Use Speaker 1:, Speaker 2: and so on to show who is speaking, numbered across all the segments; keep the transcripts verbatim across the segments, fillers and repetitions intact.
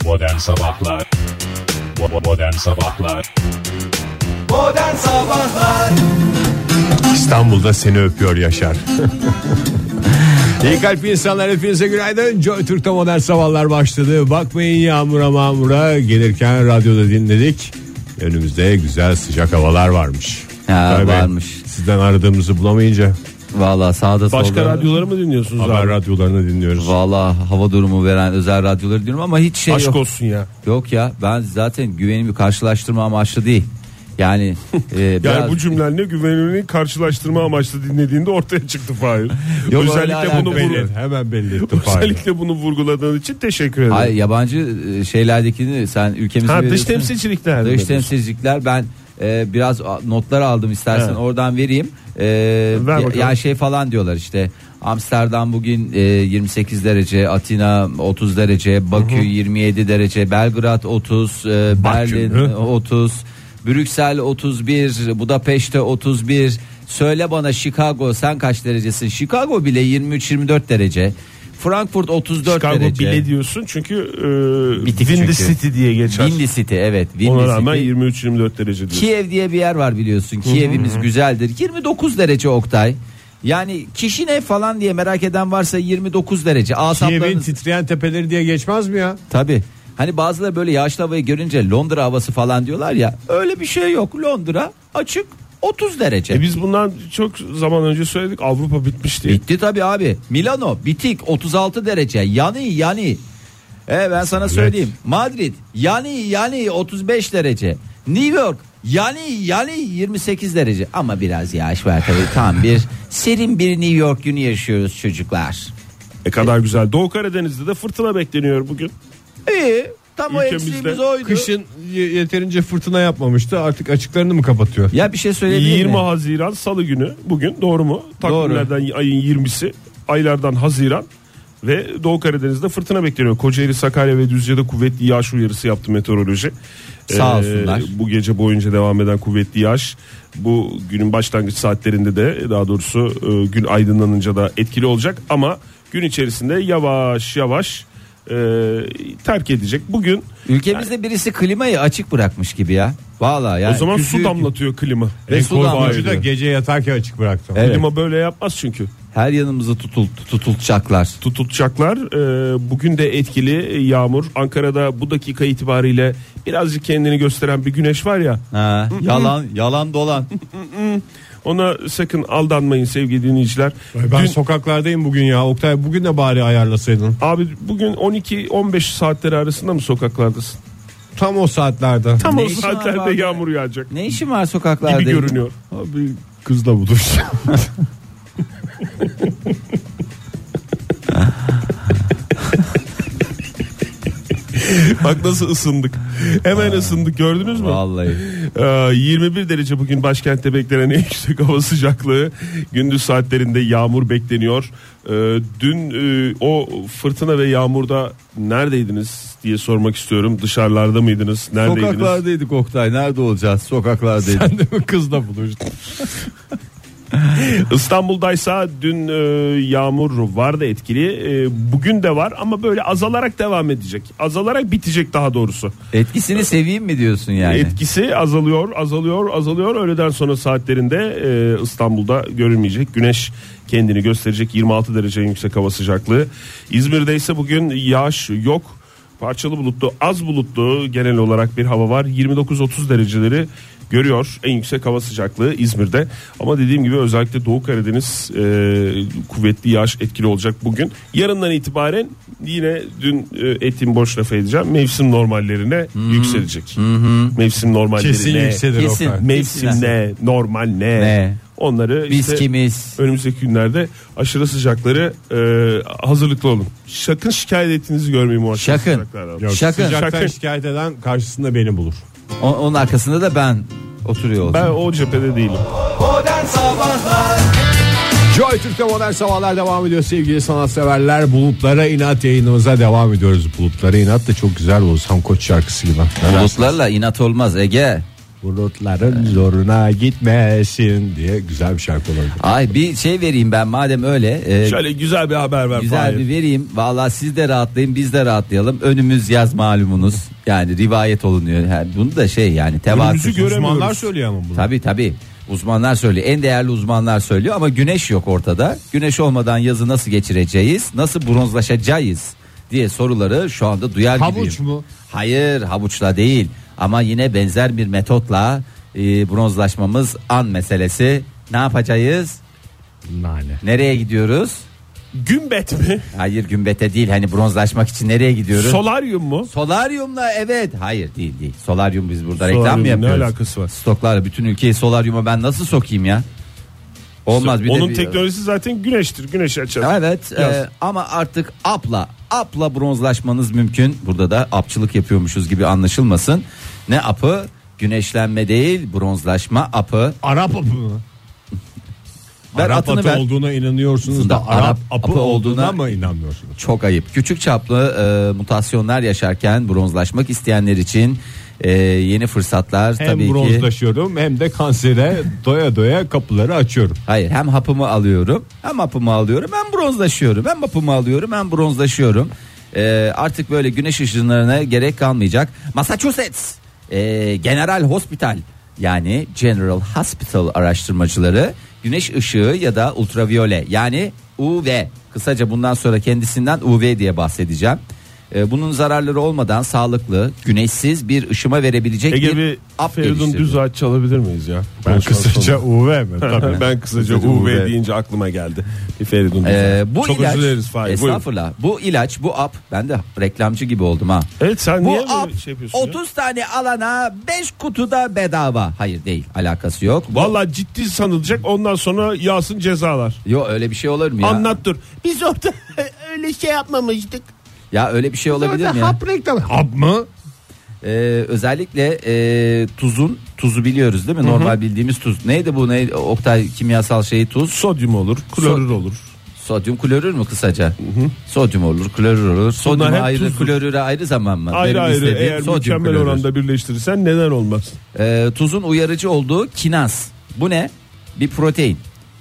Speaker 1: Modern Sabahlar Modern Sabahlar
Speaker 2: Modern Sabahlar
Speaker 3: İstanbul'da seni öpüyor Yaşar. İyi kalp insanlar, hepinize günaydın. Joy Türk'te Modern Sabahlar başladı. Bakmayın yağmura mağmura, gelirken radyoda dinledik. Önümüzde güzel sıcak havalar varmış.
Speaker 4: Ha,
Speaker 3: Tabii,
Speaker 4: varmış.
Speaker 3: Sizden aradığımızı bulamayınca.
Speaker 4: Valla sağda solda.
Speaker 5: Başka radyoları mı dinliyorsunuz?
Speaker 3: Haber
Speaker 5: abi?
Speaker 3: radyolarını dinliyoruz.
Speaker 4: Valla hava durumu veren özel radyoları dinliyorum ama hiç şey
Speaker 5: Aşk
Speaker 4: yok.
Speaker 5: olsun ya.
Speaker 4: Yok ya, ben zaten güvenimi karşılaştırma amaçlı değil. Yani e,
Speaker 5: Yani
Speaker 4: biraz...
Speaker 5: bu cümlenle güvenini karşılaştırma amaçlı dinlediğinde ortaya çıktı Fahir.
Speaker 4: Yok,
Speaker 5: Özellikle bunu
Speaker 3: belli,
Speaker 5: vur...
Speaker 3: hemen belli ettim.
Speaker 5: Özellikle bunu vurguladığın için teşekkür ederim.
Speaker 4: Hayır, yabancı şeylerdekini sen ülkemizi
Speaker 5: Ha, dış
Speaker 4: veriyorsun.
Speaker 5: temsilcilikler.
Speaker 4: Dış temsilcilikler ben e, biraz notlar aldım, istersen
Speaker 5: Evet.
Speaker 4: oradan vereyim. E,
Speaker 5: Ver
Speaker 4: ya,
Speaker 5: bakalım.
Speaker 4: ya şey falan diyorlar işte. Amsterdam bugün e, yirmi sekiz derece, Atina otuz derece, Bakü yirmi yedi derece, Belgrad otuz, e, Berlin
Speaker 3: hı?
Speaker 4: otuz, Brüksel otuz bir, Budapeşte otuz bir. Söyle bana Chicago, sen kaç derecesin? Chicago bile yirmi üç yirmi dört derece. Frankfurt otuz dört
Speaker 5: Chicago
Speaker 4: derece.
Speaker 5: bile diyorsun çünkü e,
Speaker 4: Bitik
Speaker 5: Windy
Speaker 4: çünkü.
Speaker 5: City diye geçer.
Speaker 4: Windy City, evet. Windy
Speaker 5: Ona rağmen
Speaker 4: City.
Speaker 5: yirmi üç yirmi dört derece diyorsun.
Speaker 4: Kiev diye bir yer var biliyorsun. Kiev'imiz güzeldir. yirmi dokuz derece Oktay. Yani Kişinev falan diye merak eden varsa yirmi dokuz derece.
Speaker 3: Kiev'in
Speaker 4: Asaplarınız...
Speaker 3: titreyen tepeleri diye geçmez mi ya?
Speaker 4: Tabii. Hani bazıları böyle yağışlı havayı görünce Londra havası falan diyorlar ya. Öyle bir şey yok. Londra açık otuz derece.
Speaker 5: E biz bundan çok zaman önce söyledik, Avrupa bitmiş diye.
Speaker 4: Bitti tabii abi. Milano bitik otuz altı derece. Yani yani. E ben sana söyleyeyim. Madrid yani yani otuz beş derece. New York yani yani yirmi sekiz derece. Ama biraz yağış var tabii. Tam bir serin bir New York günü yaşıyoruz çocuklar.
Speaker 5: E kadar güzel. Doğu Karadeniz'de de fırtına bekleniyor bugün.
Speaker 4: İyi. Tam o
Speaker 5: Ülkemizde
Speaker 4: eksiğimiz oydu.
Speaker 3: Kışın y- yeterince fırtına yapmamıştı, artık açıklarını mı kapatıyor?
Speaker 4: Ya bir şey söyleyebilir
Speaker 5: yirmi
Speaker 4: miyim?
Speaker 5: Haziran Salı günü bugün, doğru mu? Takvimlerden ayın yirmisi, aylardan Haziran ve Doğu Karadeniz'de fırtına bekleniyor. Kocaeli, Sakarya ve Düzce'de kuvvetli yağış uyarısı yaptı meteoroloji.
Speaker 4: Sağ olsunlar.
Speaker 5: Bu gece boyunca devam eden kuvvetli yağış bu günün başlangıç saatlerinde de, daha doğrusu e, gün aydınlanınca da etkili olacak ama gün içerisinde yavaş yavaş e, terk edecek. Bugün
Speaker 4: Ülkemizde birisi klimayı açık bırakmış gibi ya. Vallahi yani.
Speaker 5: o zaman
Speaker 4: küfür-
Speaker 5: su damlatıyor klima.
Speaker 4: Ve
Speaker 3: En
Speaker 4: su
Speaker 3: korkuncu
Speaker 4: damlıyor.
Speaker 3: da gece yatarken açık bıraktım.
Speaker 4: Evet.
Speaker 5: Klima böyle yapmaz çünkü.
Speaker 4: Her yanımızı tutul, tutulacaklar.
Speaker 5: Tutulacaklar. Ee, bugün de etkili yağmur. Ankara'da bu dakika itibariyle birazcık kendini gösteren bir güneş var ya.
Speaker 4: Ha, yalan yalan dolan.
Speaker 5: Ona sakın aldanmayın sevgili dinleyiciler.
Speaker 3: Ben
Speaker 5: Dün-
Speaker 3: sokaklardayım bugün ya. Oktay, bugün de bari ayarlasaydın.
Speaker 5: Abi bugün on iki on beş saatleri arasında mı sokaklardasın?
Speaker 3: Tam o saatlerde.
Speaker 5: Tam
Speaker 4: Ne
Speaker 5: o
Speaker 4: işin var
Speaker 5: saatlerde
Speaker 4: abi?
Speaker 5: yağmur yağacak
Speaker 4: Ne işin var sokaklarda?
Speaker 5: gibi görünüyor.
Speaker 3: Abi kızla budur.
Speaker 5: Bak nasıl ısındık. Hemen ısındık, gördünüz mü?
Speaker 4: Vallahi.
Speaker 5: Ee, yirmi bir derece bugün başkentte beklenen en yüksek hava sıcaklığı. Gündüz saatlerinde yağmur bekleniyor. Ee, dün e, o fırtına ve yağmurda neredeydiniz diye sormak istiyorum. Dışarılarda mıydınız? Neredeydiniz?
Speaker 4: Sokaklardaydık Oktay. Nerede olacağız? Sokaklardaydık.
Speaker 3: Sen de mi kızla buluştun?
Speaker 5: İstanbul'daysa dün e, yağmur vardı, etkili. E, bugün de var ama böyle azalarak devam edecek. Azalarak bitecek daha doğrusu.
Speaker 4: Etkisini seveyim mi diyorsun yani?
Speaker 5: Etkisi azalıyor, azalıyor, azalıyor. Öğleden sonra saatlerinde e, İstanbul'da görülmeyecek. Güneş kendini gösterecek, yirmi altı derece yüksek hava sıcaklığı. İzmir'de ise bugün yağış yok. Parçalı bulutlu, az bulutlu genel olarak bir hava var. yirmi dokuz otuz dereceleri görüyor en yüksek hava sıcaklığı İzmir'de. Ama dediğim gibi özellikle Doğu Karadeniz e, kuvvetli yağış etkili olacak bugün. Yarından itibaren yine dün e, ettiğim boş laf edeceğim. Mevsim normallerine
Speaker 4: Hmm.
Speaker 5: yükselecek. Mevsim normallerine.
Speaker 3: Kesin yükselir
Speaker 4: Kesin.
Speaker 3: Oktay.
Speaker 5: Mevsim ne, normal ne?
Speaker 4: Ne?
Speaker 5: Onları
Speaker 4: Biz
Speaker 5: işte
Speaker 4: kimiz?
Speaker 5: önümüzdeki günlerde aşırı sıcakları e, hazırlıklı olun. Sakın şikayet ettiğinizi görmeyeyim o aşırı
Speaker 4: Sakın.
Speaker 5: sıcaklardan.
Speaker 3: Yok,
Speaker 4: Şakın.
Speaker 3: sıcaktan
Speaker 5: Şakın.
Speaker 3: şikayet eden karşısında beni bulur.
Speaker 4: O- onun arkasında da ben oturuyor olacağım.
Speaker 5: Ben o cephede değilim.
Speaker 2: Modern Sabahlar
Speaker 3: Joy Türk'te Modern Sabahlar devam ediyor sevgili sanatseverler. Bulutlara inat yayınımıza devam ediyoruz. Bulutlara inat da çok güzel bu Sam Koç şarkısı gibi.
Speaker 4: Bulutlarla inat olmaz Ege.
Speaker 3: Bulutların zoruna gitmesin diye güzel bir şarkı olabilir.
Speaker 4: Ay bir şey vereyim ben madem öyle. E,
Speaker 5: Şöyle güzel bir haber ver.
Speaker 4: güzel
Speaker 5: Fahir.
Speaker 4: bir vereyim. Vallahi siz de rahatlayın, biz de rahatlayalım. Önümüz yaz malumunuz. Yani rivayet olunuyor. Yani bunu da şey yani tevatür.
Speaker 5: Önümüzü göremiyoruz.
Speaker 3: Uzmanlar söylüyor ama bunu.
Speaker 4: Tabii tabii. Uzmanlar söylüyor. En değerli uzmanlar söylüyor ama güneş yok ortada. Güneş olmadan yazı nasıl geçireceğiz? Nasıl bronzlaşacağız diye soruları şu anda duyar gibiyim.
Speaker 3: Havuç mu?
Speaker 4: Hayır, havuçla değil. Ama yine benzer bir metotla e, bronzlaşmamız an meselesi. Ne yapacağız?
Speaker 3: Nane.
Speaker 4: Nereye gidiyoruz?
Speaker 5: Gümbet mi?
Speaker 4: Hayır, gümbete değil. Hani bronzlaşmak için nereye gidiyoruz?
Speaker 5: Solaryum mu?
Speaker 4: Solaryumla evet. Hayır değil değil. Solaryum biz burada reklam mı
Speaker 5: Solaryum ne
Speaker 4: yapıyoruz?
Speaker 5: alakası var?
Speaker 4: Stoklarla bütün ülkeyi solaryuma ben nasıl sokayım ya? Olmaz bir
Speaker 5: Onun
Speaker 4: de bir-
Speaker 5: teknolojisi zaten güneştir. Güneş açar.
Speaker 4: Evet
Speaker 5: Yaz.
Speaker 4: e, ama artık apla apla bronzlaşmanız mümkün. Burada da apçılık yapıyormuşuz gibi anlaşılmasın. Ne apı? Güneşlenme değil, bronzlaşma apı.
Speaker 3: Arap apı mı?
Speaker 4: Ver
Speaker 3: Arap
Speaker 4: atını
Speaker 3: atı
Speaker 4: ver.
Speaker 3: olduğuna inanıyorsunuz
Speaker 4: Aslında
Speaker 3: da Arap
Speaker 4: Arap
Speaker 3: apı,
Speaker 4: apı
Speaker 3: olduğuna
Speaker 4: olduğuna-
Speaker 3: mı inanmıyorsunuz?
Speaker 4: Çok ayıp. Küçük çaplı e, mutasyonlar yaşarken bronzlaşmak isteyenler için e, yeni fırsatlar
Speaker 3: Hem
Speaker 4: tabii ki.
Speaker 3: bronzlaşıyorum hem de kansere doya doya kapıları açıyorum.
Speaker 4: Hayır, hem hapımı alıyorum, hem hapımı alıyorum, hem bronzlaşıyorum. Hem hapımı alıyorum, hem bronzlaşıyorum. E, artık böyle güneş ışınlarına gerek kalmayacak. Massachusetts e, General Hospital yani General Hospital araştırmacıları güneş ışığı ya da ultraviyole yani U V, kısaca bundan sonra kendisinden U V diye bahsedeceğim. Ee, bunun zararları olmadan sağlıklı, güneşsiz bir ışıma verebilecek
Speaker 5: Ege
Speaker 4: bir
Speaker 5: bir
Speaker 4: ap
Speaker 5: Feridun
Speaker 4: geliştirdi.
Speaker 5: düz ağaç çalabilir miyiz ya?
Speaker 3: Ben
Speaker 5: Konuşmanın
Speaker 3: kısaca U V mi?
Speaker 5: sonunda.
Speaker 3: Tabii.
Speaker 5: ben kısaca
Speaker 4: Kısaca
Speaker 5: U V
Speaker 4: U V
Speaker 5: deyince aklıma geldi. Bir Feridun düz
Speaker 4: Ee,
Speaker 5: ağaç.
Speaker 4: bu
Speaker 5: Çok
Speaker 4: ilaç,
Speaker 5: özür dileriz Fahir. Buyurun.
Speaker 4: estağfurullah. Bu ilaç, bu ap, ben de reklamcı gibi oldum ha.
Speaker 5: Evet sen
Speaker 4: Bu
Speaker 5: niye
Speaker 4: ap
Speaker 5: böyle şey yapıyorsun ya?
Speaker 4: otuz tane alana beş kutuda bedava. Hayır değil, alakası yok.
Speaker 5: Vallahi ciddi sanılacak, ondan sonra yağsın cezalar.
Speaker 4: Yok öyle bir şey olur mu ya?
Speaker 5: Anlat dur. Biz orada öyle şey yapmamıştık.
Speaker 4: Ya öyle bir şey olabilir mi ya?
Speaker 3: Hap reklam. Hap mı?
Speaker 4: Ee, özellikle e, tuzun, tuzu biliyoruz değil mi? Normal bildiğimiz tuz. Neydi bu? Neydi? Oktay kimyasal şeyi tuz.
Speaker 5: Sodyum olur, klorür olur.
Speaker 4: Sodyum klorür mü kısaca? Sodyum olur, klorür olur. Sodyum
Speaker 5: hep
Speaker 4: ayrı,
Speaker 5: tuzdur.
Speaker 4: klorüre ayrı zaman mı?
Speaker 5: Ayrı
Speaker 4: Benim
Speaker 5: ayrı,
Speaker 4: istediğim
Speaker 5: eğer
Speaker 4: sodyum
Speaker 5: mükemmel
Speaker 4: klorür.
Speaker 5: oranda birleştirirsen neden olmaz?
Speaker 4: Ee, tuzun uyarıcı olduğu kinaz. Bu ne? Bir protein.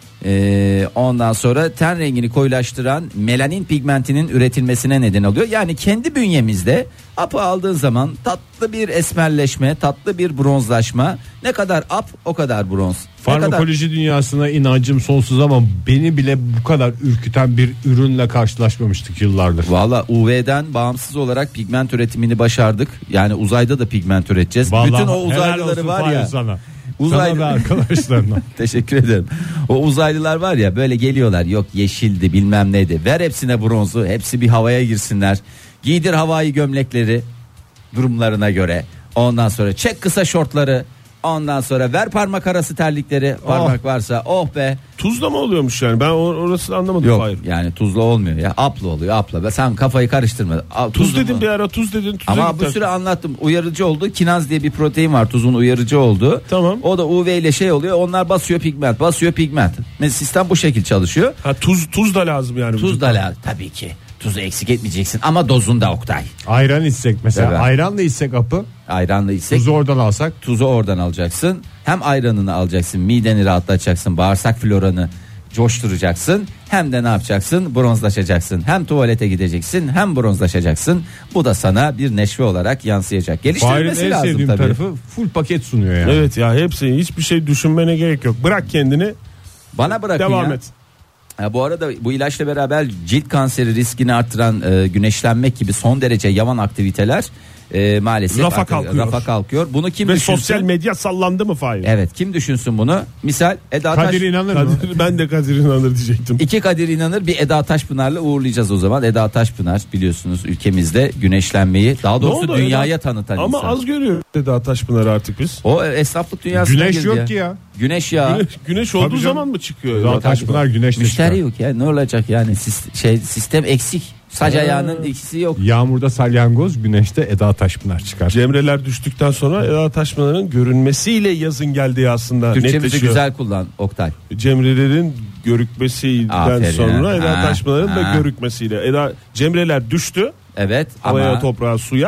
Speaker 4: Ee, ondan sonra ten rengini koyulaştıran melanin pigmentinin üretilmesine neden oluyor. Yani kendi bünyemizde apı aldığın zaman tatlı bir esmerleşme, tatlı bir bronzlaşma. Ne kadar ap o kadar bronz. Ne kadar...
Speaker 3: Farmakoloji dünyasına inancım sonsuz ama beni bile bu kadar ürküten bir ürünle karşılaşmamıştık yıllardır.
Speaker 4: Valla U V'den bağımsız olarak pigment üretimini başardık. Yani uzayda da pigment üreteceğiz.
Speaker 3: Vallahi
Speaker 4: Bütün o
Speaker 3: helal
Speaker 4: uzaylıları
Speaker 3: olsun
Speaker 4: var
Speaker 3: Fahir
Speaker 4: ya.
Speaker 3: Sana.
Speaker 4: Uzaylı-
Speaker 3: Sana ve arkadaşlarına.
Speaker 4: Teşekkür ederim. O uzaylılar var ya, böyle geliyorlar, yok yeşildi bilmem neydi. Ver hepsine bronzu, hepsi bir havaya girsinler. Giydir havai gömlekleri durumlarına göre. Ondan sonra çek kısa şortları. Ondan sonra ver parmak arası terlikleri. Parmak varsa oh be.
Speaker 5: Tuzla mı oluyormuş yani? Ben or- orasını anlamadım.
Speaker 4: Yok
Speaker 5: Hayır.
Speaker 4: yani tuzla olmuyor ya, apla oluyor, apla. Ve sen kafayı karıştırma. A,
Speaker 5: Tuz
Speaker 4: tuzlu
Speaker 5: dedim
Speaker 4: mu?
Speaker 5: bir ara, tuz dedin. Tuza
Speaker 4: Ama
Speaker 5: gittin.
Speaker 4: bu süre anlattım. Uyarıcı oldu. Kinaz diye bir protein var. Tuzun uyarıcı oldu.
Speaker 5: Tamam.
Speaker 4: O da U V ile şey oluyor. Onlar basıyor pigment. Basıyor pigment. Mesela sistem bu şekil çalışıyor.
Speaker 5: Ha, tuz tuz da lazım yani.
Speaker 4: Tuz da lazım. Tabii ki. Tuzu eksik etmeyeceksin ama dozunda Oktay.
Speaker 3: Ayran içsek mesela.
Speaker 4: Evet.
Speaker 3: Ayranla içsek apı.
Speaker 4: Ayranla içsek
Speaker 3: Tuzu oradan alsak.
Speaker 4: tuzu oradan alacaksın. Hem ayranını alacaksın. Mideni rahatlatacaksın. Bağırsak floranı coşturacaksın. Hem de ne yapacaksın? Bronzlaşacaksın. Hem tuvalete gideceksin hem bronzlaşacaksın. Bu da sana bir neşve olarak yansıyacak.
Speaker 3: Fahir'in
Speaker 4: Geliştirilmesi
Speaker 3: en
Speaker 4: lazım
Speaker 3: sevdiğim
Speaker 4: tabii.
Speaker 3: tarafı full paket sunuyor yani.
Speaker 5: Evet ya, hepsi, hiçbir şey düşünmene gerek yok. Bırak kendini,
Speaker 4: Bana bırakın
Speaker 5: devam
Speaker 4: ya.
Speaker 5: et.
Speaker 4: Ha, bu arada bu ilaçla beraber cilt kanseri riskini artıran e, güneşlenmek gibi son derece yavan aktiviteler e, maalesef
Speaker 5: Rafa
Speaker 4: artık
Speaker 5: kalkıyor.
Speaker 4: rafa kalkıyor. Bunu kim
Speaker 5: Ve
Speaker 4: düşünsün?
Speaker 5: sosyal medya sallandı mı Fahir?
Speaker 4: Evet, kim düşünsün bunu? Misal Eda Taş.
Speaker 3: Kadir inanır mı?
Speaker 5: Kadir, ben de Kadir İnanır diyecektim.
Speaker 4: İki Kadir İnanır, bir Eda Taşpınar'la uğurlayacağız o zaman. Eda Taşpınar biliyorsunuz ülkemizde güneşlenmeyi, daha doğrusu
Speaker 5: oldu
Speaker 4: dünyaya
Speaker 5: Eda?
Speaker 4: tanıtan
Speaker 5: Ama
Speaker 4: insan.
Speaker 5: az görüyor Eda Taşpınar'ı artık biz.
Speaker 4: O e, esnaflık dünyasına
Speaker 3: Güneş
Speaker 4: girdi
Speaker 3: yok
Speaker 4: ya.
Speaker 3: ki ya.
Speaker 4: Güneş ya.
Speaker 5: Güneş, güneş olduğu
Speaker 3: Tabii
Speaker 5: zaman
Speaker 3: canım.
Speaker 5: mı çıkıyor?
Speaker 3: Eda
Speaker 5: Eda
Speaker 3: Taşpınar güneşle
Speaker 4: Müşteri
Speaker 3: çıkar.
Speaker 4: yok ya, ne olacak yani Sis- şey sistem eksik. Sac ayağının ikisi yok.
Speaker 3: Yağmurda salyangoz, güneşte Eda Taşpınar çıkar.
Speaker 5: Cemreler düştükten sonra Eda Taşpınar'ın görünmesiyle yazın geldiği aslında
Speaker 4: Türkçemizi
Speaker 5: netleşiyor.
Speaker 4: güzel kullan Oktay.
Speaker 5: Cemrelerin görükmesinden
Speaker 4: Aferin.
Speaker 5: sonra Eda
Speaker 4: Ha,
Speaker 5: Taşpınar'ın da
Speaker 4: ha.
Speaker 5: görükmesiyle. Eda Cemreler düştü
Speaker 4: Evet
Speaker 5: havaya,
Speaker 4: ama
Speaker 5: toprağa, suya.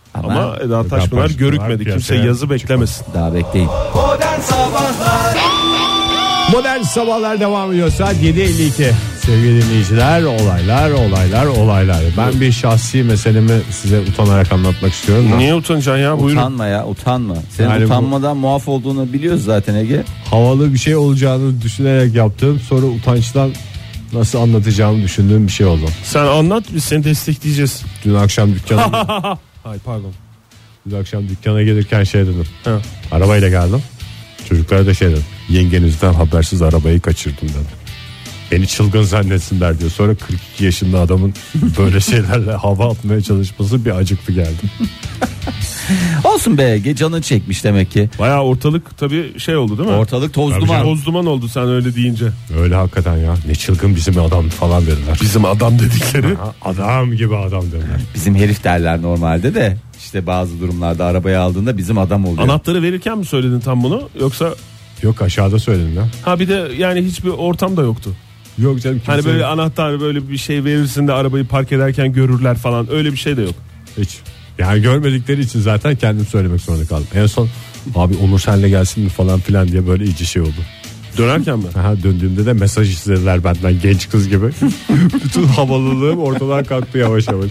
Speaker 5: Ama,
Speaker 4: Ama
Speaker 5: Eda Taşpınar
Speaker 3: Taşpınar
Speaker 5: görükmedi. Kimse
Speaker 3: piyasaya
Speaker 5: yazı beklemesin.
Speaker 4: daha bekleyin.
Speaker 2: Modern Sabahlar
Speaker 3: Modern Sabahlar devam ediyor. Saat yedi elli iki. Sevgili dinleyiciler, olaylar, olaylar, olaylar. Ben bir şahsi meselemi size utanarak anlatmak istiyorum da.
Speaker 5: Niye utanacaksın ya? Buyurun.
Speaker 4: Utanma ya, utanma. Senin
Speaker 3: Yani bu-
Speaker 4: utanmadan muaf olduğunu biliyoruz zaten Ege.
Speaker 3: Havalı bir şey olacağını düşünerek yaptığım, sonra utançtan nasıl anlatacağımı düşündüğüm bir şey oldu.
Speaker 5: Sen anlat, biz seni destekleyeceğiz.
Speaker 3: Dün akşam dükkana Ay pardon. Dün akşam dükkana gelirken şey dedim.
Speaker 5: Ha.
Speaker 3: Arabayla geldim. Çocuklara da şey dedim. Yengenizden habersiz arabayı kaçırdım dedim. Beni çılgın zannetsinler diyor. Sonra kırk iki yaşında adamın böyle şeylerle hava atmaya çalışması bir acıktı geldi.
Speaker 4: Olsun be Ege, canın çekmiş demek ki.
Speaker 5: Bayağı ortalık tabii şey oldu değil mi?
Speaker 4: Ortalık toz
Speaker 3: Tabii
Speaker 4: duman.
Speaker 3: canım.
Speaker 5: Toz duman oldu sen öyle deyince.
Speaker 3: Öyle hakikaten ya. Ne çılgın bizim adam falan dediler.
Speaker 5: Bizim adam dedikleri.
Speaker 3: Ha, adam gibi adam dediler.
Speaker 4: Bizim herif derler normalde de. İşte bazı durumlarda arabaya aldığında bizim adam oluyor.
Speaker 5: Anahtarı verirken mi söyledin tam bunu? Yoksa
Speaker 3: Yok, aşağıda söyledim ya.
Speaker 5: ha bir de yani hiçbir ortam da yoktu.
Speaker 3: Yok canım, kimse
Speaker 5: Hani böyle anahtar böyle bir şey verirsin de arabayı park ederken görürler falan, öyle bir şey de yok.
Speaker 3: hiç. Yani görmedikleri için zaten kendim söylemek zorunda kaldım. En son abi Onur senle gelsin mi falan filan diye böyle iyice şey oldu.
Speaker 5: Dönerken mi?
Speaker 3: Aha, döndüğümde de mesaj istediler benden, genç kız gibi. Bütün havalılığım ortadan kalktı yavaş yavaş.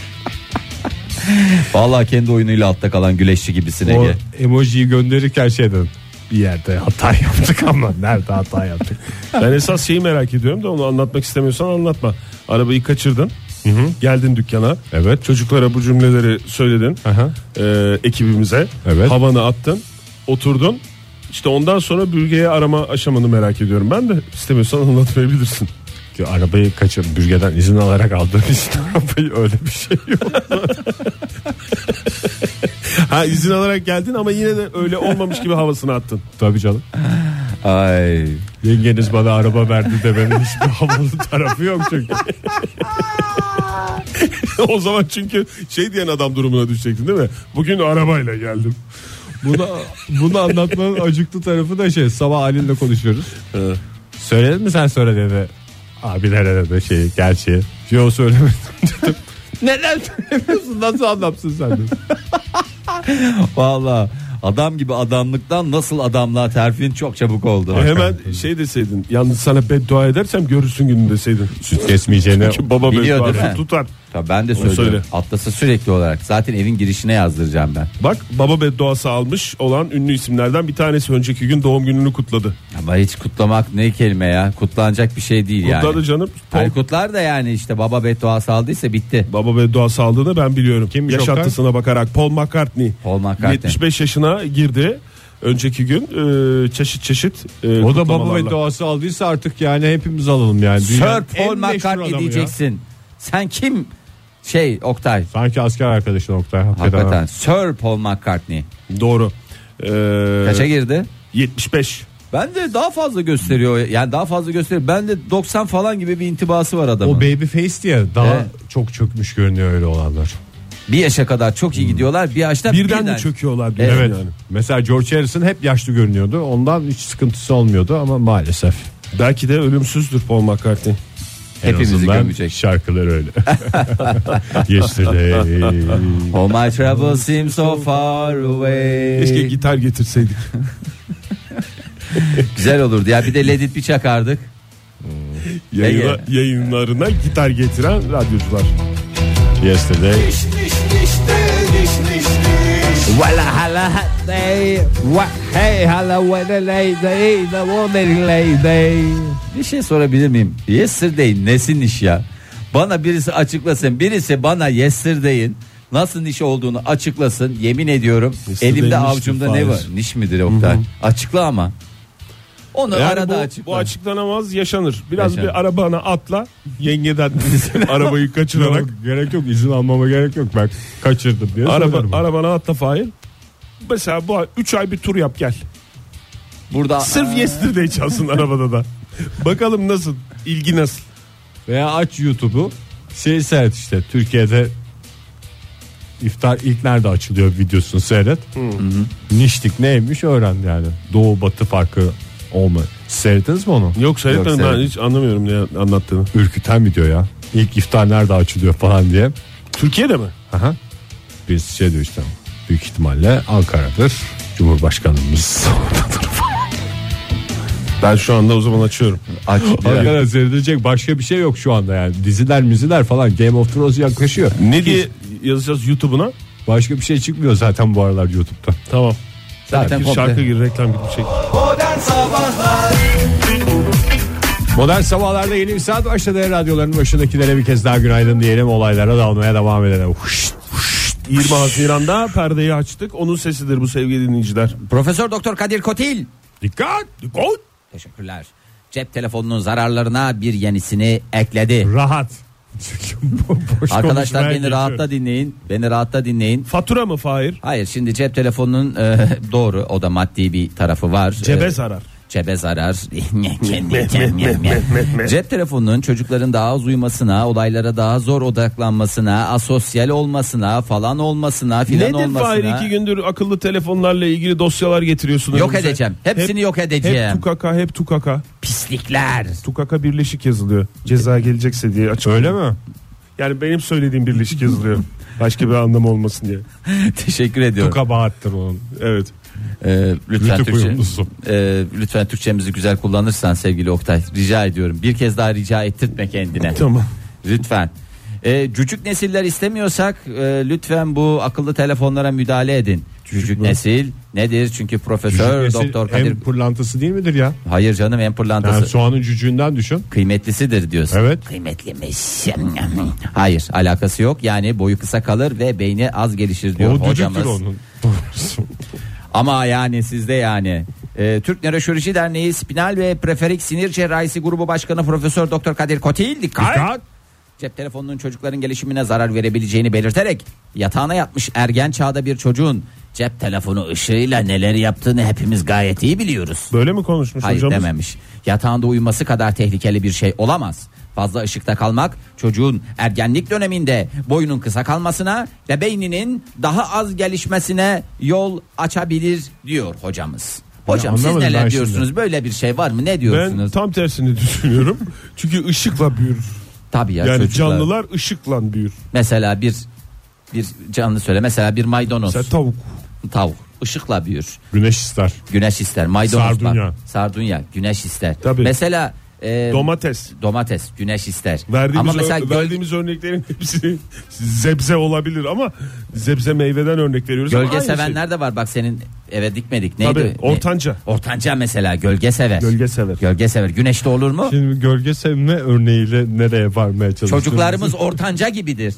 Speaker 4: Vallahi kendi oyunuyla altta kalan güleşçi gibisin
Speaker 3: O
Speaker 4: Ege.
Speaker 3: emojiyi gönderirken şey dedim. Bir yerde hata yaptık ama nerede hata yaptık?
Speaker 5: Ben esas şeyi merak ediyorum da onu anlatmak istemiyorsan anlatma. Arabayı kaçırdın. Geldin dükkana.
Speaker 3: Evet.
Speaker 5: Çocuklara bu cümleleri söyledin.
Speaker 3: Aha.
Speaker 5: Ee, ekibimize.
Speaker 3: Evet.
Speaker 5: Havanı attın. Oturdun. İşte ondan sonra bürgeye arama aşamanı merak ediyorum. Ben de istemiyorsan anlatmayabilirsin.
Speaker 3: Ki arabayı kaçır, bürgeden izin alarak aldığım için arabayı, öyle bir şey yok.
Speaker 5: Ha, izin alarak geldin ama yine de öyle olmamış gibi havasını attın.
Speaker 3: Tabii canım.
Speaker 4: Ay.
Speaker 3: Yengeniz bana araba verdi demenin hiçbir havalı tarafı yok çünkü.
Speaker 5: O zaman çünkü şey diyen adam durumuna düşecektin değil mi? Bugün arabayla geldim.
Speaker 3: Bunu, bunu anlatmanın acıklı tarafı da şey, sabah Ali'yle konuşuyoruz.
Speaker 5: Evet.
Speaker 3: Söyledin mi sen, söyle dedi. Abilere dedi şeyi, gerçeği. Yok söylemedim dedim. Neden söylemiyorsun, nasıl adamsın sen dedim.
Speaker 4: Vallahi adam gibi adamlıktan nasıl adamlığa terfin çok çabuk oldu.
Speaker 5: Hemen şey deseydin, yalnız sana beddua edersem görürsün gününü deseydin.
Speaker 3: Süt kesmeyeceğine
Speaker 5: Çünkü baba
Speaker 4: Biliyor
Speaker 5: bedduası
Speaker 4: değil mi?
Speaker 5: tutar.
Speaker 4: Tabii ben de
Speaker 5: Onu
Speaker 4: söylüyorum.
Speaker 5: söyle.
Speaker 4: Atlasa sürekli olarak. Zaten evin girişine yazdıracağım ben.
Speaker 5: Bak, baba bedduası almış olan ünlü isimlerden bir tanesi önceki gün doğum gününü kutladı.
Speaker 4: Ama hiç kutlamak ne kelime ya. Kutlanacak bir şey değil yani.
Speaker 5: Kutladı canım.
Speaker 4: Hani
Speaker 5: Tom-
Speaker 4: kutlar da yani işte baba bedduası aldıysa bitti.
Speaker 5: Baba bedduası aldığını ben biliyorum.
Speaker 3: Kimmiş
Speaker 5: Yaş
Speaker 3: Oktay?
Speaker 5: hattısına bakarak Paul McCartney.
Speaker 4: Paul McCartney.
Speaker 5: yetmiş beş yaşına girdi. Önceki gün e, çeşit çeşit e,
Speaker 3: o da baba
Speaker 5: kutlamalarla.
Speaker 3: ve doğası aldıysa artık yani hepimiz alalım yani.
Speaker 4: Sir
Speaker 3: Dünyanın
Speaker 4: Paul
Speaker 3: en meşhur
Speaker 4: McCartney
Speaker 3: adamı ya.
Speaker 4: diyeceksin. Sen kim? Şey Oktay.
Speaker 3: Sanki asker arkadaşın Oktay. Hakikaten.
Speaker 4: Hakikaten. Sir Paul McCartney.
Speaker 5: Doğru. E,
Speaker 4: Kaça girdi?
Speaker 5: yetmiş beş.
Speaker 4: Ben de daha fazla gösteriyor. Yani daha fazla gösteriyor. Ben de doksan falan gibi bir intibası var adamın.
Speaker 3: O baby face diye daha
Speaker 4: Evet.
Speaker 3: çok çökmüş görünüyor öyle olanlar.
Speaker 4: Bir yaşa kadar çok iyi gidiyorlar. Bir yaşta
Speaker 5: Birden mi çöküyorlar? Birden
Speaker 3: Evet.
Speaker 5: yani.
Speaker 3: Mesela George Harrison hep yaşlı görünüyordu. Ondan hiç sıkıntısı olmuyordu ama maalesef.
Speaker 5: Belki de ölümsüzdür Paul McCartney.
Speaker 3: En
Speaker 4: Hepimizi
Speaker 3: azından
Speaker 4: gömecek.
Speaker 3: şarkılar öyle. Yesterday.
Speaker 4: All my troubles seem so far away.
Speaker 5: Keşke gitar getirseydik.
Speaker 4: Güzel olurdu ya. Bir de Let It Be çakardık.
Speaker 5: Yayına,
Speaker 4: Ege.
Speaker 5: yayınlarına gitar getiren radyocular.
Speaker 3: Yesterday.
Speaker 2: Diş diş dişte diş diş diş
Speaker 3: Walla hala day. Hey hala when lady the morning lady.
Speaker 4: Bir şey sorabilir miyim? Yesterday nesin iş ya? Bana birisi açıklasın. Birisi bana Yesterday'in nasıl niş olduğunu açıklasın. Yemin ediyorum
Speaker 5: Yesterday
Speaker 4: elimde
Speaker 5: niştir,
Speaker 4: avucumda ne
Speaker 5: Fahir.
Speaker 4: var? Niş midir Oktay? Açıkla ama. Onu
Speaker 5: Yani
Speaker 4: arada
Speaker 5: bu,
Speaker 4: açıkla.
Speaker 5: bu açıklanamaz, yaşanır. Biraz
Speaker 4: Yaşanır.
Speaker 5: bir arabana atla, yengeden arabayı kaçırarak.
Speaker 3: Yok, gerek yok, izin almama gerek yok, ben kaçırdım diye
Speaker 5: Araba,
Speaker 3: söylerim.
Speaker 5: arabana atla Fahir. Mesela bu üç ay bir tur yap gel.
Speaker 4: Burada
Speaker 5: Sırf Yesterday çalsın arabada da. Bakalım nasıl, ilgi nasıl.
Speaker 3: Veya aç YouTube'u, şey seyret işte, Türkiye'de iftar ilk nerede açılıyor videosunu seyret. Nişlik neymiş öğren yani. Doğu batı farkı olma. Seyrettiniz mi onu?
Speaker 5: Yok seyretmedim,
Speaker 4: Yok,
Speaker 5: ben
Speaker 4: seyretmedim.
Speaker 5: hiç anlamıyorum ne anlattığını.
Speaker 3: Ürküten video ya. İlk iftar nerede açılıyor falan diye.
Speaker 5: Türkiye'de mi?
Speaker 3: Aha. birisi şey diyor işte, büyük ihtimalle Ankara'dır, Cumhurbaşkanımız.
Speaker 5: Ben şu anda o zaman açıyorum.
Speaker 4: Aç.
Speaker 3: Ankara seyredilecek başka bir şey yok şu anda yani. Diziler miziler falan, Game of Thrones yaklaşıyor.
Speaker 5: Ne diye yazacağız YouTube'una?
Speaker 3: Başka bir şey çıkmıyor zaten bu aralar YouTube'da.
Speaker 5: Tamam.
Speaker 4: Zaten
Speaker 5: bir
Speaker 4: komple.
Speaker 5: şarkı gir, reklam gibi bir şey.
Speaker 2: Modern Sabahlar
Speaker 3: Modern Sabahlar'da yeni bir saat başladı. Radyoların başındakilere bir kez daha günaydın diyelim. Olaylara dalmaya devam edelim. Huşt, huşt.
Speaker 5: yirmi Haziran'da perdeyi açtık. Onun sesidir bu sevgili dinleyiciler.
Speaker 4: Profesör Doktor Kadir Kotil.
Speaker 3: Dikkat.
Speaker 5: Dikkat.
Speaker 4: Teşekkürler. Cep telefonunun zararlarına bir yenisini ekledi.
Speaker 3: Rahat. Boş
Speaker 4: Arkadaşlar
Speaker 3: konuşmaya
Speaker 4: beni
Speaker 3: geçiyorum.
Speaker 4: rahatta dinleyin. Beni rahatta dinleyin.
Speaker 5: Fatura mı Fahir?
Speaker 4: Hayır, şimdi cep telefonunun e, doğru, o da maddi bir tarafı var.
Speaker 5: Cebe
Speaker 4: E,
Speaker 5: zarar.
Speaker 4: Cebe zarar. Cep telefonunun çocukların daha az uyumasına, olaylara daha zor odaklanmasına, asosyal olmasına, falan olmasına, filan
Speaker 5: Nedir
Speaker 4: olmasına.
Speaker 5: Fahir, iki gündür akıllı telefonlarla ilgili dosyalar getiriyorsun
Speaker 4: Yok
Speaker 5: önümüze.
Speaker 4: edeceğim. Hepsini
Speaker 5: Hep-
Speaker 4: yok edeceğim.
Speaker 5: Hep tukaka, hep tukaka.
Speaker 4: Pislikler.
Speaker 5: Tukaka birleşik yazılıyor. Ceza gelecekse diye açık.
Speaker 3: Öyle mi?
Speaker 5: Yani benim söylediğim birleşik yazılıyor. Başka bir anlamı olmasın diye.
Speaker 4: Teşekkür ediyorum.
Speaker 3: Tukabahattır onun.
Speaker 5: Evet.
Speaker 4: Ee, lütfen
Speaker 3: Rütük
Speaker 4: Türkçe,
Speaker 3: uyumlusu.
Speaker 4: e, lütfen Türkçemizi güzel kullanırsan sevgili Oktay, rica ediyorum. Bir kez daha rica ettirtme kendine.
Speaker 5: Tamam.
Speaker 4: Lütfen. Ee, cücük nesiller istemiyorsak e, lütfen bu akıllı telefonlara müdahale edin. Cücük nesil nedir? Çünkü Profesör
Speaker 3: Cücük nesil
Speaker 4: Doktor Kadir.
Speaker 3: en pırlantısı değil midir ya?
Speaker 4: Hayır canım, en pırlantası.
Speaker 3: Yani soğanın cücüğünden düşün.
Speaker 4: Kıymetlisidir diyorsun.
Speaker 3: Evet.
Speaker 4: Kıymetliymiş. Hayır, alakası yok. Yani boyu kısa kalır ve beyni az gelişir diyor
Speaker 3: O düdüktür
Speaker 4: hocamız.
Speaker 3: onun.
Speaker 4: Ama yani sizde yani. Ee, Türk Nöroşirurji Derneği Spinal ve Preferik Sinir Cerrahisi Grubu Başkanı Profesör Doktor Kadir Kotil dikkat.
Speaker 3: Dikkat.
Speaker 4: Cep telefonunun çocukların gelişimine zarar verebileceğini belirterek yatağına yatmış ergen çağda bir çocuğun cep telefonu ışığıyla neler yaptığını hepimiz gayet iyi biliyoruz.
Speaker 5: Böyle mi konuşmuş
Speaker 4: Hayır
Speaker 5: hocamız?
Speaker 4: dememiş. Yatağında uyuması kadar tehlikeli bir şey olamaz. Fazla ışıkta kalmak çocuğun ergenlik döneminde boyunun kısa kalmasına ve beyninin daha az gelişmesine yol açabilir diyor hocamız. Hocam siz
Speaker 3: anlamadım
Speaker 4: neler
Speaker 3: ben
Speaker 4: diyorsunuz?
Speaker 3: şimdi.
Speaker 4: Böyle bir şey var mı? Ne
Speaker 5: Ben
Speaker 4: diyorsunuz?
Speaker 5: tam tersini düşünüyorum. Çünkü ışıkla büyür.
Speaker 4: Tabii ya,
Speaker 5: Yani
Speaker 4: çocuklar.
Speaker 5: canlılar ışıkla büyür.
Speaker 4: Mesela bir bir canlı söyle. Mesela bir maydanoz.
Speaker 5: Mesela tavuk.
Speaker 4: Tavuk ışıkla büyür.
Speaker 3: Güneş ister.
Speaker 4: Güneş ister. Maydanoz
Speaker 3: Sardunya.
Speaker 4: bak. Sardunya. Güneş ister.
Speaker 5: Tabii.
Speaker 4: Mesela e,
Speaker 5: Domates.
Speaker 4: domates güneş ister.
Speaker 5: Verdiğimiz,
Speaker 4: Ama mesela
Speaker 5: ö-
Speaker 4: göl-
Speaker 5: verdiğimiz örneklerin hepsi zebze olabilir ama zebze meyveden örnek veriyoruz. ama
Speaker 4: gölge
Speaker 5: aynı
Speaker 4: sevenler
Speaker 5: şey.
Speaker 4: de var. Bak senin eve dikmedik. Neydi?
Speaker 5: Tabii,
Speaker 4: Ne-
Speaker 5: ortanca.
Speaker 4: Ortanca mesela gölge sever.
Speaker 5: Gölge sever.
Speaker 4: Gölge sever. Güneşte olur mu?
Speaker 3: Şimdi gölge sevme örneğiyle nereye varmaya çalışıyorsunuz?
Speaker 4: Çocuklarımız ortanca gibidir.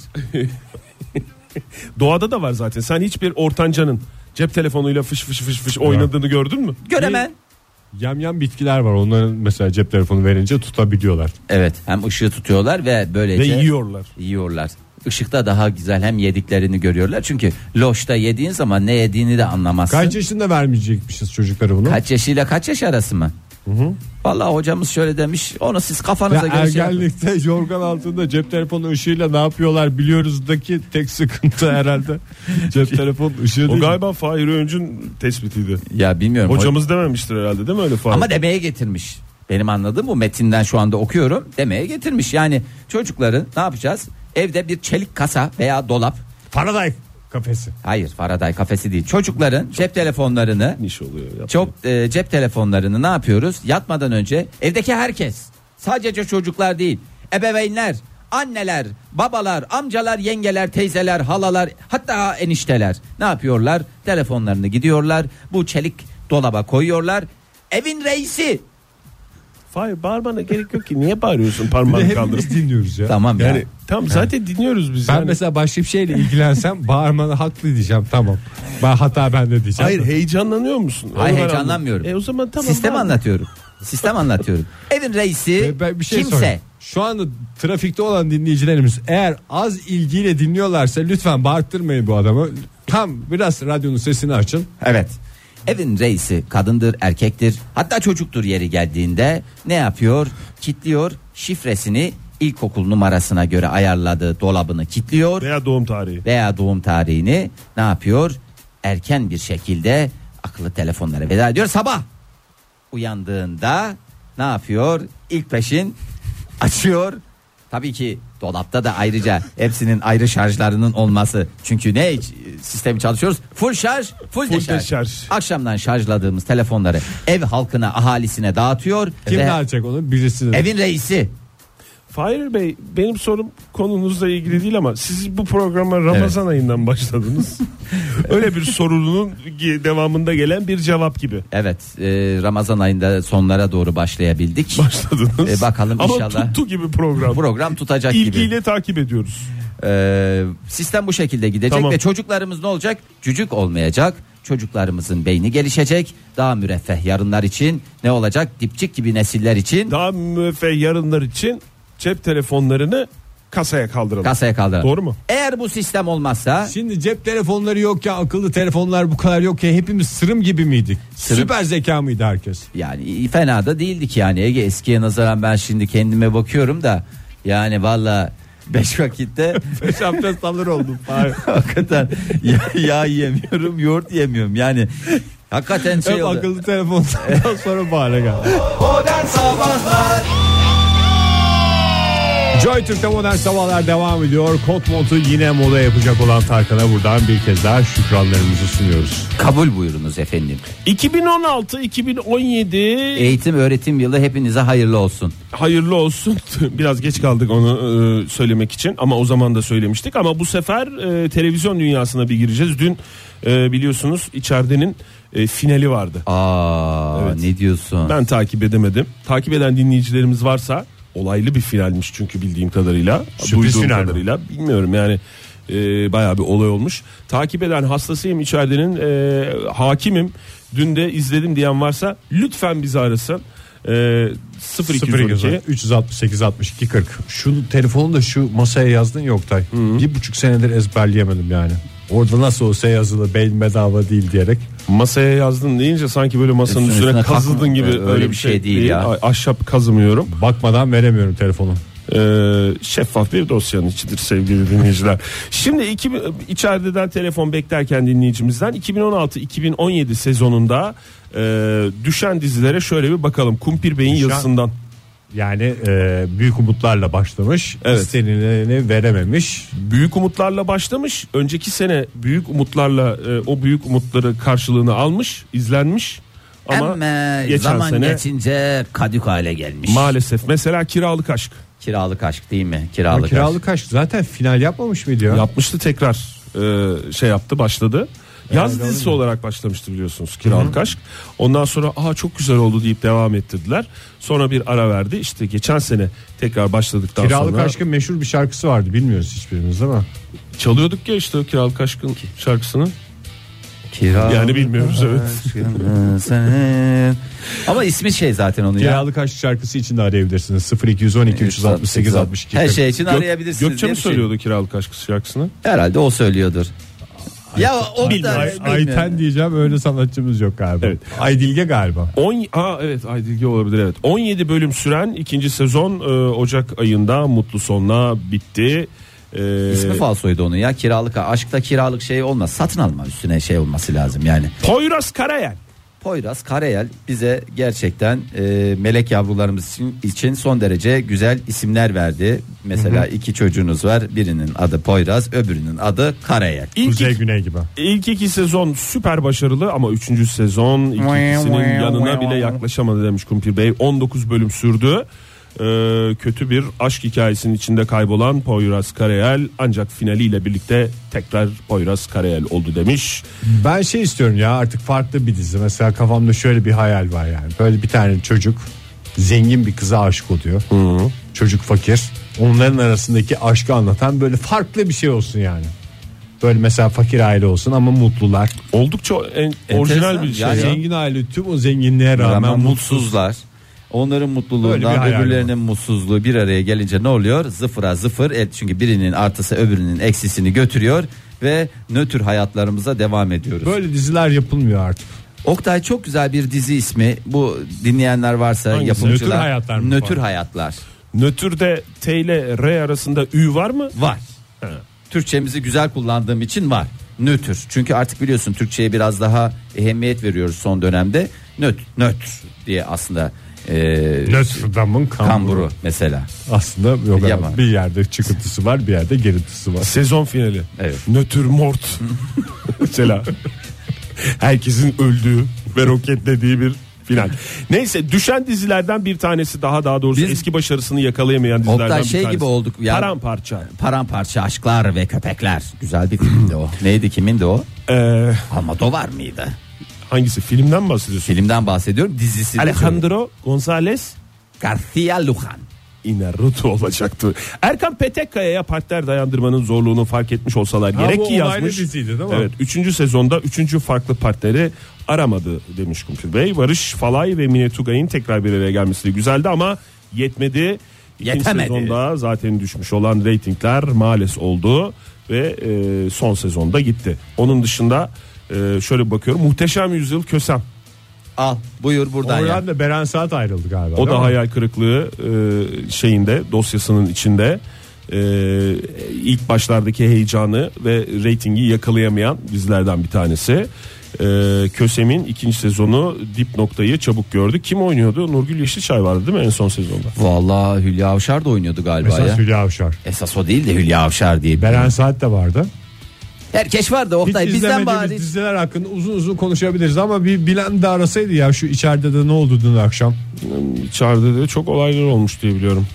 Speaker 5: Doğada da var zaten. Sen hiçbir ortancanın cep telefonuyla fış fış fış fış oynadığını gördün mü?
Speaker 4: Göremen.
Speaker 3: Yamyam bitkiler var. Onların mesela cep telefonu verince tutabiliyorlar.
Speaker 4: Evet, hem ışığı tutuyorlar ve böylece
Speaker 5: Ve yiyorlar.
Speaker 4: yiyorlar. Işıkta daha güzel hem yediklerini görüyorlar. Çünkü loşta yediğin zaman ne yediğini de anlamazsın.
Speaker 3: Kaç yaşında vermeyecekmişiz çocuklara bunu?
Speaker 4: Kaç yaşıyla kaç yaş arası mı? Vallahi hocamız şöyle demiş. Onu siz kafanıza
Speaker 3: Ya
Speaker 4: göre şey yapın.
Speaker 3: ergenlikte yorgan altında cep telefonu ışığıyla ne yapıyorlar biliyoruzdaki tek sıkıntı herhalde cep telefonu ışığı
Speaker 5: O
Speaker 3: değil.
Speaker 5: galiba Fahir Öğüncü'nün tespitiydi.
Speaker 4: Ya bilmiyorum.
Speaker 5: Hocamız dememiştir herhalde, değil mi öyle Fahir?
Speaker 4: Ama demeye getirmiş. Benim anladığım bu, metinden şu anda okuyorum. Demeye getirmiş. Yani çocukları ne yapacağız? Evde bir çelik kasa veya dolap.
Speaker 3: Faraday kafesi.
Speaker 4: Hayır, Faraday kafesi değil. Çocukların cep telefonlarını
Speaker 5: iş oluyor. yapma.
Speaker 4: çok e, cep telefonlarını ne yapıyoruz? Yatmadan önce evdeki herkes, sadece çocuklar değil, ebeveynler, anneler, babalar, amcalar, yengeler, teyzeler, halalar, hatta enişteler ne yapıyorlar? Telefonlarını gidiyorlar, bu çelik dolaba koyuyorlar. Evin reisi.
Speaker 5: Fahir, bağırmana gerek yok ki. Niye bağırıyorsun
Speaker 3: Bir de
Speaker 5: parmağını kaldırıp?
Speaker 3: hepimiz dinliyoruz ya.
Speaker 4: Tamam ya.
Speaker 5: Yani tam zaten dinliyoruz biz.
Speaker 3: Ben
Speaker 5: yani.
Speaker 3: mesela başka bir şeyle ilgilensem bağırmana haklı diyeceğim, tamam. Ben hata bende diyeceğim.
Speaker 5: Hayır, heyecanlanıyor musun?
Speaker 4: Hayır,
Speaker 5: Onu ben
Speaker 4: heyecanlanmıyorum.
Speaker 5: anladım. E o zaman tamam.
Speaker 4: Sistem
Speaker 5: bağırma.
Speaker 4: anlatıyorum. Sistem anlatıyorum. Evin reisi
Speaker 3: Ve ben bir şey
Speaker 4: kimse.
Speaker 3: sorayım. Şu anda trafikte olan dinleyicilerimiz eğer az ilgiyle dinliyorlarsa lütfen bağırttırmayın bu adamı. Tam biraz radyonun sesini açın.
Speaker 4: Evet. Evin reisi kadındır, erkektir, hatta çocuktur yeri geldiğinde ne yapıyor? Kitliyor, şifresini ilkokul numarasına göre ayarladığı dolabını kitliyor
Speaker 5: Veya doğum tarihi.
Speaker 4: veya doğum tarihini ne yapıyor? Erken bir şekilde akıllı telefonlara veda ediyor. Sabah uyandığında ne yapıyor? İlk peşin açıyor. Tabii ki dolapta da ayrıca hepsinin ayrı şarjlarının olması. Çünkü ne sistemi çalışıyoruz. Full şarj, full,
Speaker 5: Full
Speaker 4: deşarj.
Speaker 5: deşarj.
Speaker 4: Akşamdan şarjladığımız telefonları ev halkına, ahalisine dağıtıyor.
Speaker 3: Kim
Speaker 4: ve
Speaker 3: dağıtacak onu? Birisi de.
Speaker 4: evin reisi.
Speaker 5: Fahir Bey, benim sorum konunuzla ilgili değil ama siz bu programa Ramazan
Speaker 4: Evet.
Speaker 5: ayından başladınız. Öyle bir sorunun devamında gelen bir cevap gibi
Speaker 4: Evet, e, Ramazan ayında sonlara doğru başlayabildik.
Speaker 5: başladınız.
Speaker 4: E, bakalım
Speaker 5: ama
Speaker 4: inşallah.
Speaker 5: tuttu gibi program.
Speaker 4: Program tutacak
Speaker 5: İlgiyle
Speaker 4: gibi.
Speaker 5: takip ediyoruz.
Speaker 4: Ee, sistem bu şekilde gidecek
Speaker 5: Tamam.
Speaker 4: ve çocuklarımız ne olacak? Cücük olmayacak. Çocuklarımızın beyni gelişecek. Daha müreffeh yarınlar için ne olacak? Dipçik gibi nesiller için
Speaker 5: Daha müfeh yarınlar için cep telefonlarını kasaya kaldıralım.
Speaker 4: kasaya kaldıralım.
Speaker 5: Doğru mu?
Speaker 4: Eğer bu sistem olmazsa
Speaker 3: Şimdi cep telefonları yok ya, akıllı telefonlar bu kadar yok ya, hepimiz sırım gibi miydik?
Speaker 4: Sırım.
Speaker 3: Süper zeka mıydı herkes?
Speaker 4: yani fena da değildik yani Ege, eskiye nazaran ben şimdi kendime bakıyorum da yani valla beş vakitte
Speaker 3: Beş abdest alır oldum.
Speaker 4: hakikaten ya, yağ yemiyorum, yoğurt yemiyorum yani hakikaten şey
Speaker 3: Hep
Speaker 4: oldu.
Speaker 3: akıllı telefondan sonra bu hale geldi.
Speaker 2: Modern Sabahlar.
Speaker 3: Joy Türk'te modern sabahlar devam ediyor. Kot montu yine moda yapacak olan Tarkan'a buradan bir kez daha şükranlarımızı sunuyoruz.
Speaker 4: Kabul buyurunuz efendim.
Speaker 5: iki bin on altı iki bin on yedi
Speaker 4: Eğitim öğretim yılı hepinize hayırlı olsun.
Speaker 5: hayırlı olsun. Biraz geç kaldık onu e, söylemek için ama o zaman da söylemiştik. Ama bu sefer e, televizyon dünyasına bir gireceğiz. Dün e, biliyorsunuz içeridenin e, finali vardı.
Speaker 4: Aa,
Speaker 5: Evet.
Speaker 4: ne diyorsun?
Speaker 5: Ben takip edemedim. Takip eden dinleyicilerimiz varsa, olaylı bir finalmiş çünkü bildiğim kadarıyla,
Speaker 3: Sürpriz
Speaker 5: duyduğum
Speaker 3: final mi?
Speaker 5: kadarıyla bilmiyorum yani e, bayağı bir olay olmuş. Takip eden hastasıyım içeridenin, e, hakimim. Dün de izledim diyen varsa lütfen bizi arasın. E, sıfır iki yüz on iki
Speaker 3: üç yüz altmış sekiz altmış iki kırk. Şu telefonu da şu masaya yazdın ya Oktay. Bir buçuk senedir ezberleyemedim yani. Orada nasıl olsa yazılı, beyin bedava değil diyerek.
Speaker 5: Masaya yazdın deyince sanki böyle masanın
Speaker 4: Üstüne
Speaker 5: üstüne,
Speaker 4: üstüne
Speaker 5: kazıdın
Speaker 4: kalkma.
Speaker 5: gibi
Speaker 4: Öyle
Speaker 5: öyle
Speaker 4: bir
Speaker 5: bir
Speaker 4: şey
Speaker 5: şey,
Speaker 4: değil
Speaker 5: değil.
Speaker 4: ya.
Speaker 5: A- Ahşap kazımıyorum.
Speaker 3: Bakmadan veremiyorum telefonu.
Speaker 5: Ee, şeffaf bir dosyanın içidir sevgili dinleyiciler. Şimdi iki, içeriden telefon beklerken dinleyicimizden iki bin on altı iki bin on yedi sezonunda e, düşen dizilere şöyle bir bakalım. Kumpir Bey'in
Speaker 3: Düşen-
Speaker 5: yazısından.
Speaker 3: Yani e, büyük umutlarla başlamış.
Speaker 5: Evet.
Speaker 3: İstenileni verememiş.
Speaker 5: Büyük umutlarla başlamış. Önceki sene büyük umutlarla e, o büyük umutları karşılığını almış, izlenmiş. Ama,
Speaker 4: Ama
Speaker 5: geçen
Speaker 4: zaman
Speaker 5: sene
Speaker 4: geçince kadük hale gelmiş.
Speaker 5: maalesef mesela Kiralık Aşk
Speaker 4: Kiralık aşk değil mi?
Speaker 3: Ama
Speaker 4: Kiralık,
Speaker 3: kiralık aşk zaten final yapmamış mıydı ya?
Speaker 5: yapmıştı, tekrar e, şey yaptı, başladı. Yaz
Speaker 3: öyle
Speaker 5: dizisi
Speaker 3: mi?
Speaker 5: olarak başlamıştı biliyorsunuz Kiralık Aşk. Ondan sonra aa çok güzel oldu deyip devam ettirdiler. Sonra bir ara verdi. İşte geçen sene tekrar başladıktan
Speaker 3: Kiralık
Speaker 5: sonra
Speaker 3: aşkın meşhur bir şarkısı vardı, bilmiyoruz hiçbirimiz ama.
Speaker 5: çalıyorduk ya işte o Kiralık Aşk'ın şarkısını.
Speaker 4: Kiralık
Speaker 5: Yani bilmiyoruz, evet.
Speaker 4: aşkını sen- Ama ismi şey zaten onu ya.
Speaker 3: Kiralık aşk şarkısı için de arayabilirsiniz. sıfır iki yüz on iki üç yüz altmış sekiz altmış iki.
Speaker 4: Her şey için
Speaker 5: Gök-
Speaker 4: arayabilirsiniz.
Speaker 5: Gökçe
Speaker 4: diye
Speaker 5: mi
Speaker 4: bir şey.
Speaker 5: söylüyordu Kiralık Aşk şarkısını?
Speaker 4: Herhalde o söylüyordur. Ya o da
Speaker 3: Ay, Ayten diyeceğim, öyle sanatçımız yok galiba.
Speaker 5: Evet.
Speaker 3: Aydilge galiba.
Speaker 5: on Aa evet Aydilge olabilir, evet. on yedi bölüm süren ikinci sezon e, Ocak ayında mutlu sonla bitti. E,
Speaker 4: İsmi falsoydu onun ya. Kiralık aşkta kiralık şey olmaz. Satın alma üstüne şey olması lazım yani.
Speaker 5: Poyraz Karayel.
Speaker 4: Poyraz Karayel bize gerçekten e, melek yavrularımız için, için son derece güzel isimler verdi. Mesela iki çocuğunuz var. Birinin adı Poyraz, öbürünün adı Karayel.
Speaker 5: İlk
Speaker 3: Kuzey
Speaker 5: iki,
Speaker 3: güney gibi.
Speaker 5: ilk iki sezon süper başarılı ama üçüncü sezon ilk ikisinin yanına bile yaklaşamadı demiş Kumpir Bey. on dokuz bölüm sürdü. Ee, kötü bir aşk hikayesinin içinde kaybolan Poyraz Karayel ancak finaliyle birlikte tekrar Poyraz Karayel oldu demiş.
Speaker 3: Ben şey istiyorum ya, artık farklı bir dizi. Mesela kafamda şöyle bir hayal var yani. Böyle bir tane çocuk zengin bir kıza aşık oluyor. Çocuk fakir. Onların arasındaki aşkı anlatan böyle farklı bir şey olsun yani. Böyle mesela fakir aile olsun ama mutlular.
Speaker 5: Oldukça en, orijinal bir şey.
Speaker 4: Yani-
Speaker 5: ya.
Speaker 3: Zengin aile tüm o zenginliğe rağmen
Speaker 4: Rağmen
Speaker 3: mutsuz.
Speaker 4: mutsuzlar. Onların
Speaker 3: Öyle bir
Speaker 4: mutluluğundan
Speaker 3: hayal
Speaker 4: öbürlerinin mutsuzluğu bir araya gelince ne oluyor? Zıfıra zıfır. Evet, çünkü birinin artısı öbürünün eksisini götürüyor ve nötr hayatlarımıza devam ediyoruz.
Speaker 3: Böyle diziler yapılmıyor artık.
Speaker 4: Oktay, çok güzel bir dizi ismi. Bu dinleyenler varsa
Speaker 5: Hangisi?
Speaker 4: yapımcılar.
Speaker 3: Nötr hayatlar mı
Speaker 4: Nötr
Speaker 3: falan?
Speaker 4: hayatlar.
Speaker 5: Nötr'de T ile R arasında Ü var mı?
Speaker 4: Var.
Speaker 5: He.
Speaker 4: Türkçemizi güzel kullandığım için var. Nötr. Çünkü artık biliyorsun Türkçeye biraz daha ehemmiyet veriyoruz son dönemde. Nötr, nötr diye aslında Ee,
Speaker 3: Notre Dame'ın kamburu.
Speaker 4: kamburu mesela.
Speaker 3: Aslında yok
Speaker 4: Yaman.
Speaker 3: abi. Bir yerde çıkıntısı var, bir yerde gerintisi var.
Speaker 5: Sezon finali.
Speaker 4: Evet.
Speaker 5: Nötrmort. Mesela herkesin öldüğü ve roketlediği bir final. Neyse, düşen dizilerden bir tanesi daha daha doğrusu
Speaker 4: Biz-
Speaker 5: eski başarısını yakalayamayan dizilerden
Speaker 4: Oktay
Speaker 5: bir
Speaker 4: şey
Speaker 5: tanesi.
Speaker 4: gibi olduk ya.
Speaker 5: Paramparça.
Speaker 4: Paramparça aşklar ve köpekler. Güzel bir filmdi o. Neydi, kimindi o?
Speaker 5: Ee,
Speaker 4: Almodovar mıydı?
Speaker 5: hangisi? Filmden mi bahsediyorsun?
Speaker 4: Filmden bahsediyorum. Dizisi de
Speaker 5: Alejandro González
Speaker 4: García Luján.
Speaker 5: Inarritu olacaktı. Erkan Petekkaya'ya partner dayandırmanın zorluğunu fark etmiş olsalar
Speaker 3: Ha,
Speaker 5: gerek
Speaker 3: bu
Speaker 5: ki
Speaker 3: olaylı
Speaker 5: yazmış.
Speaker 3: diziydi, değil mi?
Speaker 5: Evet, üçüncü sezonda üçüncü farklı partneri aramadı demiş Kumpir Bey. Barış Falay ve Mine Tugay'ın tekrar bir araya gelmesi de güzeldi ama yetmedi. İkinci
Speaker 4: Yetemedi.
Speaker 5: sezonda zaten düşmüş olan reytingler maalesef oldu ve e, son sezonda gitti. Onun dışında e, şöyle bakıyorum, Muhteşem Yüzyıl Kösem.
Speaker 4: Al buyur buradan ya.
Speaker 3: Oradan da Beren Saat ayrıldı galiba.
Speaker 5: O
Speaker 3: değil
Speaker 5: da
Speaker 3: mi?
Speaker 5: hayal kırıklığı e, şeyinde, dosyasının içinde. E, ilk başlardaki heyecanı ve reytingi yakalayamayan dizilerden bir tanesi. E, Kösem'in ikinci sezonu dip noktayı çabuk gördü. Kim oynuyordu? Nurgül Yeşilçay vardı değil mi en son sezonda?
Speaker 4: Vallahi Hülya Avşar da oynuyordu galiba
Speaker 3: Mesela
Speaker 4: ya.
Speaker 3: Hülya Avşar.
Speaker 4: Esas o değil de Hülya Avşar diye.
Speaker 3: Beren Saat de vardı.
Speaker 4: Herkes vardı
Speaker 3: Hiç
Speaker 4: Oktay, bizden
Speaker 3: izlemediğimiz
Speaker 4: bari.
Speaker 3: diziler hakkında uzun uzun konuşabiliriz ama bir bilen de arasaydı ya, şu içeride de ne oldu dün akşam.
Speaker 5: İçeride de çok olaylar olmuş diye biliyorum.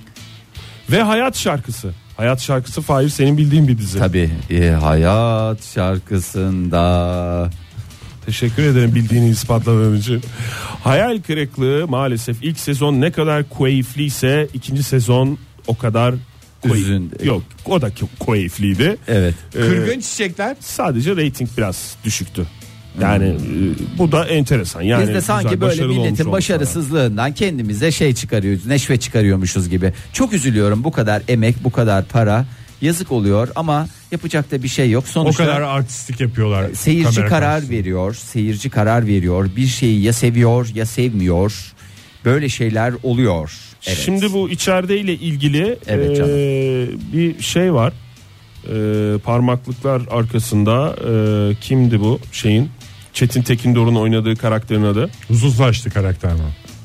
Speaker 5: Ve Hayat Şarkısı. Hayat Şarkısı, Fahir, senin bildiğin bir dizi.
Speaker 4: Tabii e, hayat şarkısında.
Speaker 5: Teşekkür ederim bildiğini ispatladığın için. Hayal kırıklığı maalesef. İlk sezon ne kadar keyifliyse ikinci sezon o kadar keyif-
Speaker 4: Üzün-
Speaker 5: Yok, o da keyifliydi.
Speaker 4: Evet.
Speaker 5: Ee,
Speaker 3: Kırgın Çiçekler.
Speaker 5: sadece reyting biraz düşüktü. Yani e, bu da enteresan. Yani
Speaker 4: Biz de sanki
Speaker 5: güzel,
Speaker 4: böyle
Speaker 5: başarılı olmuş
Speaker 4: milletin
Speaker 5: olmuş
Speaker 4: başarısızlığından kendimize şey çıkarıyoruz, neşve çıkarıyormuşuz gibi. Çok üzülüyorum, bu kadar emek, bu kadar para, yazık oluyor ama yapacak da bir şey yok.
Speaker 3: O
Speaker 4: Sonuçta
Speaker 3: kadar artistik yapıyorlar.
Speaker 4: seyirci
Speaker 3: kamera
Speaker 4: karar
Speaker 3: karşısında.
Speaker 4: veriyor, seyirci karar veriyor. Bir şeyi ya seviyor ya sevmiyor. Böyle şeyler oluyor. Evet.
Speaker 5: Şimdi bu içerideyle ilgili
Speaker 4: Evet
Speaker 5: e,
Speaker 4: canım.
Speaker 5: bir şey var. E, parmaklıklar arkasında e, kimdi bu şeyin? Çetin Tekindor'un oynadığı karakterin adı.
Speaker 3: Uzun saçlı karakter mi?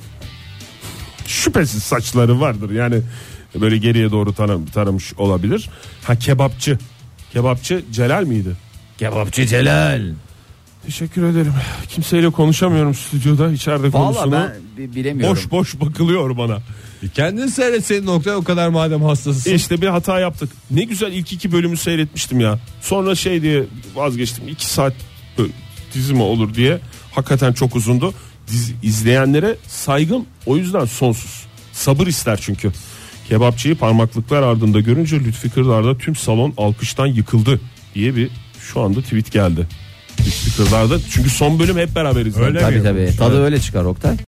Speaker 5: Şüphesiz saçları vardır. Yani böyle geriye doğru taram, taramış olabilir. Ha, kebapçı. Kebapçı Celal miydi?
Speaker 4: Kebapçı Celal.
Speaker 5: Teşekkür ederim. Kimseyle konuşamıyorum stüdyoda. İçeride
Speaker 4: Vallahi
Speaker 5: konusunu.
Speaker 4: ben bi- bilemiyorum.
Speaker 5: Boş boş bakılıyor bana.
Speaker 3: E kendin seyretseydin nokta, o kadar madem hastasısın.
Speaker 5: İşte bir hata yaptık. Ne güzel ilk iki bölümü seyretmiştim ya. Sonra şey diye vazgeçtim. İki saat dizi mi olur diye. Hakikaten çok uzundu. Dizi, izleyenlere saygım o yüzden sonsuz. Sabır ister çünkü. Kebapçıyı parmaklıklar ardında görünce Lütfi Kırdar'da tüm salon alkıştan yıkıldı diye bir şu anda tweet geldi. Lütfi Kırdar'da, çünkü son bölüm hep beraber izledik.
Speaker 3: Öyle
Speaker 4: Tabii
Speaker 3: mi?
Speaker 4: tabii. Tadı öyle çıkar Oktay.